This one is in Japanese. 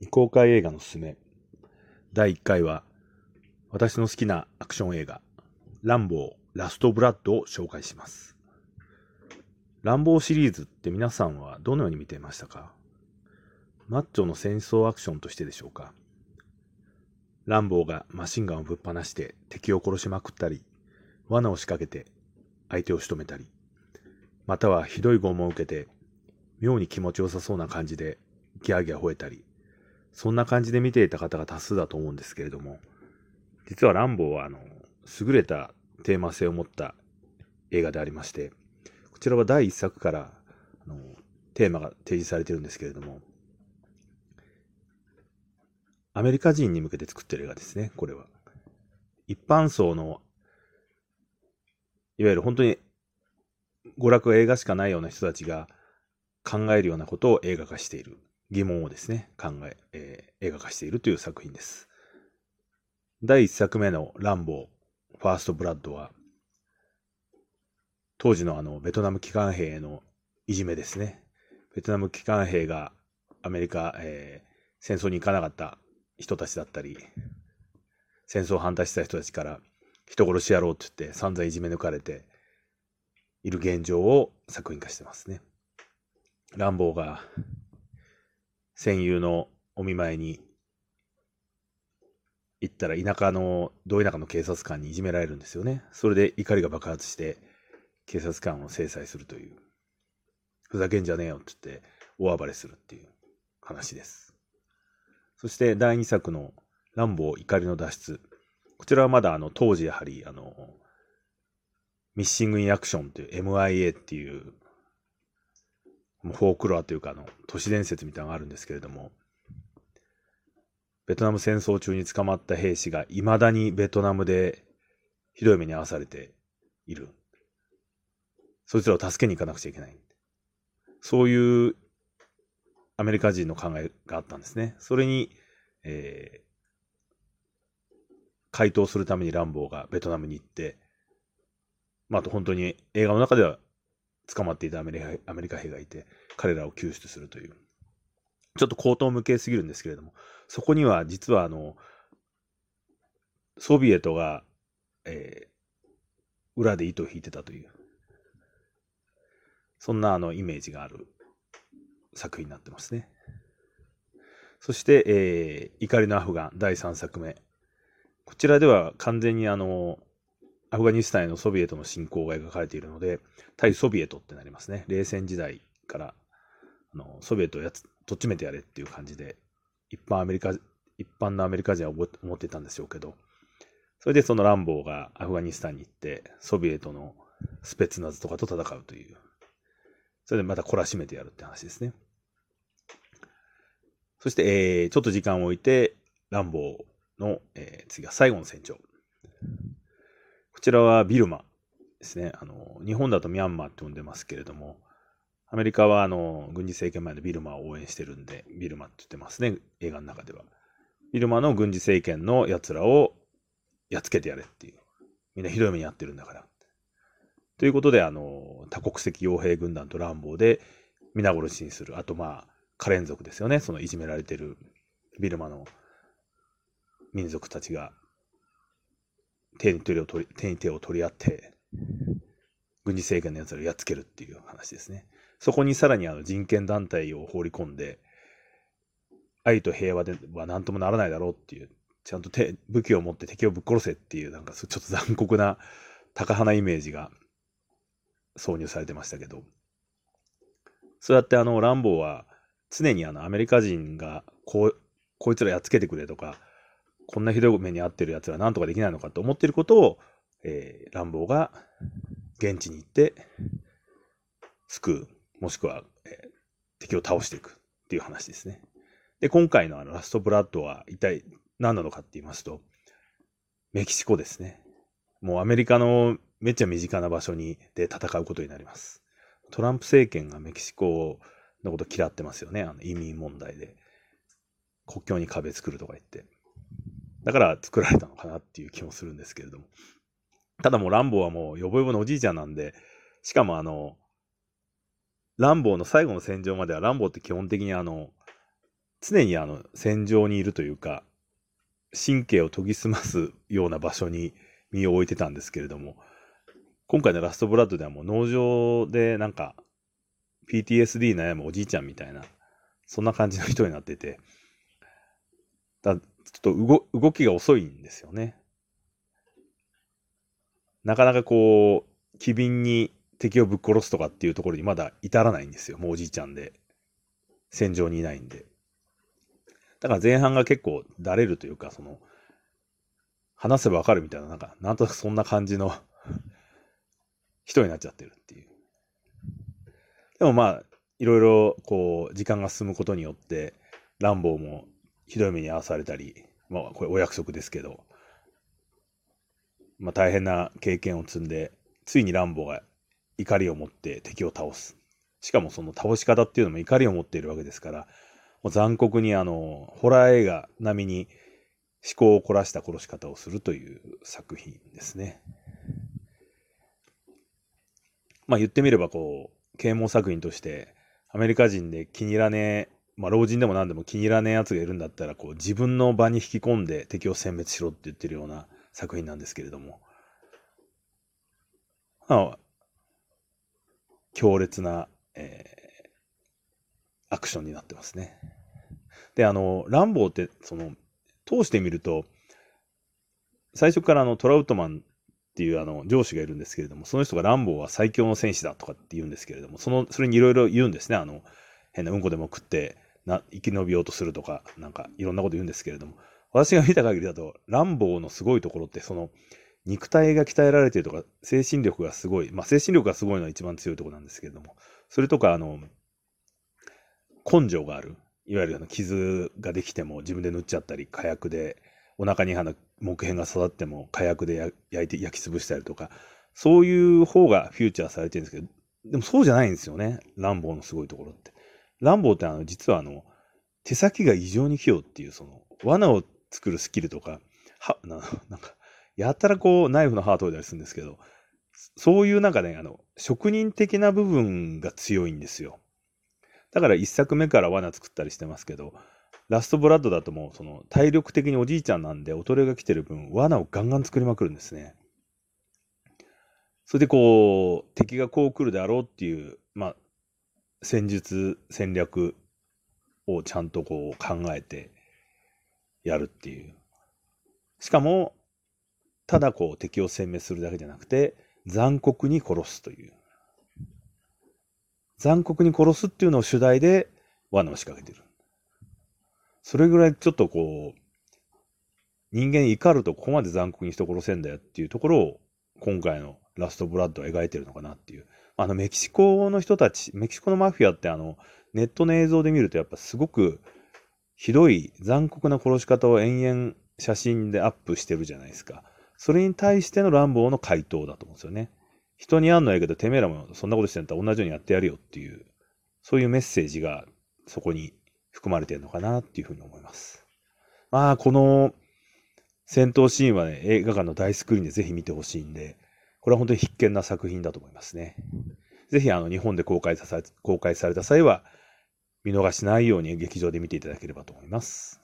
公開映画のすすめ。第1回は、私の好きなアクション映画、ランボー・ラストブラッドを紹介します。ランボーシリーズって皆さんはどのように見ていましたか？マッチョの戦争アクションとしてでしょうか？ランボーがマシンガンをぶっ放して敵を殺しまくったり、罠を仕掛けて相手を仕留めたり、またはひどい拷問を受けて、妙に気持ちよさそうな感じでギャーギャー吠えたり、そんな感じで見ていた方が多数だと思うんですけれども、実はランボーは優れたテーマ性を持った映画でありまして、こちらは第1作からテーマが提示されているんですけれども、アメリカ人に向けて作っている映画ですね、これは。一般層の、いわゆる本当に娯楽映画しかないような人たちが考えるようなことを映画化している。疑問をですね、映画化しているという作品です。第1作目のランボー、ファーストブラッドは、当時のベトナム帰還兵へのいじめですね。ベトナム帰還兵がアメリカ、戦争に行かなかった人たちだったり、戦争を反対した人たちから人殺しやろうって言って散々いじめ抜かれている現状を作品化してますね。ランボーが戦友のお見舞いに行ったらど田舎の警察官にいじめられるんですよね。それで怒りが爆発して警察官を制裁するという、ふざけんじゃねえよって言って大暴れするっていう話です。そして第2作のランボー怒りの脱出。こちらはまだ当時やはりミッシングインアクションという MIA っていうフォークロアというか都市伝説みたいなのがあるんですけれども、ベトナム戦争中に捕まった兵士が未だにベトナムでひどい目に遭わされている。そいつらを助けに行かなくちゃいけない。そういうアメリカ人の考えがあったんですね。それに、回答するためにランボーがベトナムに行って、あと本当に映画の中では捕まっていたアメリカ兵がいて、彼らを救出するという。ちょっと口頭無形すぎるんですけれども、そこには実はソビエトが、裏で糸を引いてたという、そんなイメージがある作品になってますね。そして、怒りのアフガン第3作目。こちらでは完全にアフガニスタンへのソビエトの侵攻が描かれているので、対ソビエトってなりますね。冷戦時代からソビエトをとっちめてやれっていう感じで、一般のアメリカ人は思ってたんでしょうけど、それでそのランボーがアフガニスタンに行って、ソビエトのスペツナズとかと戦うという、それでまた懲らしめてやるって話ですね。そして、ちょっと時間を置いて、ランボーの、次は最後の戦場。こちらはビルマですね。日本だとミャンマーって呼んでますけれども、アメリカは軍事政権前のビルマを応援してるんで、ビルマって言ってますね、映画の中では。ビルマの軍事政権の奴らをやっつけてやれっていう。みんなひどい目に遭ってるんだから。ということで、多国籍傭兵軍団とランボーで皆殺しにする。あとカレン族ですよね。そのいじめられてるビルマの民族たちが手に手を取り合って、軍事政権のやつらをやっつけるっていう話ですね。そこにさらに人権団体を放り込んで、愛と平和では何ともならないだろうっていう、ちゃんと武器を持って敵をぶっ殺せっていう、ちょっと残酷な高派なイメージが挿入されてましたけど、そうやってランボーは常にアメリカ人がこいつらやっつけてくれとか、こんなひどい目に遭ってるやつらなんとかできないのかと思っていることを、ランボーが現地に行って救う、もしくは、敵を倒していくっていう話ですね。で、今回のラストブラッドは一体何なのかって言いますと、メキシコですね。もうアメリカのめっちゃ身近な場所で戦うことになります。トランプ政権がメキシコのこと嫌ってますよね。移民問題で。国境に壁作るとか言って。だから作られたのかなっていう気もするんですけれども。ただもうランボーはもうヨボヨボのおじいちゃんなんで、しかもランボーの最後の戦場まではランボーって基本的に常に戦場にいるというか、神経を研ぎ澄ますような場所に身を置いてたんですけれども、今回のラストブラッドではもう農場でなんか PTSD 悩むおじいちゃんみたいな、そんな感じの人になってて、ちょっと動きが遅いんですよね。なかなかこう、機敏に敵をぶっ殺すとかっていうところにまだ至らないんですよ。もうおじいちゃんで。戦場にいないんで。だから前半が結構だれるというか、話せばわかるみたいな、なんとなくそんな感じの人になっちゃってるっていう。でもまあ、いろいろこう、時間が進むことによって、ランボーもひどい目に遭わされたり、まあ、これお約束ですけど、まあ大変な経験を積んで、ついにランボーが怒りを持って敵を倒す。しかもその倒し方っていうのも怒りを持っているわけですから、もう残酷にホラー映画並みに思考を凝らした殺し方をするという作品ですね。まあ言ってみればこう、啓蒙作品として、アメリカ人で気に入らねえ、まあ老人でも何でも気に入らねえ奴がいるんだったら、こう自分の場に引き込んで敵を殲滅しろって言ってるような作品なんですけれども、まあ、強烈な、アクションになってますね。で、ランボーって、通してみると、最初からトラウトマンっていう上司がいるんですけれども、その人がランボーは最強の戦士だとかって言うんですけれども、それにいろいろ言うんですね。変なうんこでも食って生き延びようとするとか、なんかいろんなこと言うんですけれども、私が見た限りだと、ランボーのすごいところって、肉体が鍛えられているとか、精神力がすごい、まあ精神力がすごいのは一番強いところなんですけれども、それとか根性がある。いわゆる傷ができても自分で塗っちゃったり、火薬で、お腹に木片が刺さっても火薬で焼き潰したりとか、そういう方がフューチャーされてるんですけど、でもそうじゃないんですよね。ランボーのすごいところって。ランボーって実は手先が異常に器用っていう、罠を作るスキルとか、なんか、やたらこう、ナイフの刃を研いだりするんですけど、そういうなんかね、職人的な部分が強いんですよ。だから一作目から罠作ったりしてますけど、ラストブラッドだともう体力的におじいちゃんなんで衰えが来てる分、罠をガンガン作りまくるんですね。それでこう、敵がこう来るであろうっていう、まあ、戦術、戦略をちゃんとこう考えてやるっていう。しかも、ただこう敵を殲滅するだけじゃなくて、残酷に殺すという。残酷に殺すっていうのを主題で罠を仕掛けてる。それぐらいちょっとこう、人間怒るとここまで残酷に人殺せんだよっていうところを、今回のラストブラッドは描いてるのかなっていう。メキシコの人たち、メキシコのマフィアってネットの映像で見るとやっぱすごくひどい残酷な殺し方を延々写真でアップしてるじゃないですか。それに対してのランボーの回答だと思うんですよね。人にやんのやけどてめえらもそんなことしてんだったら同じようにやってやるよっていう、そういうメッセージがそこに含まれてるのかなっていうふうに思います。まあ、この戦闘シーンはね、映画館の大スクリーンでぜひ見てほしいんで、これは本当に必見な作品だと思いますね。ぜひ日本で公開された際は、見逃しないように劇場で見ていただければと思います。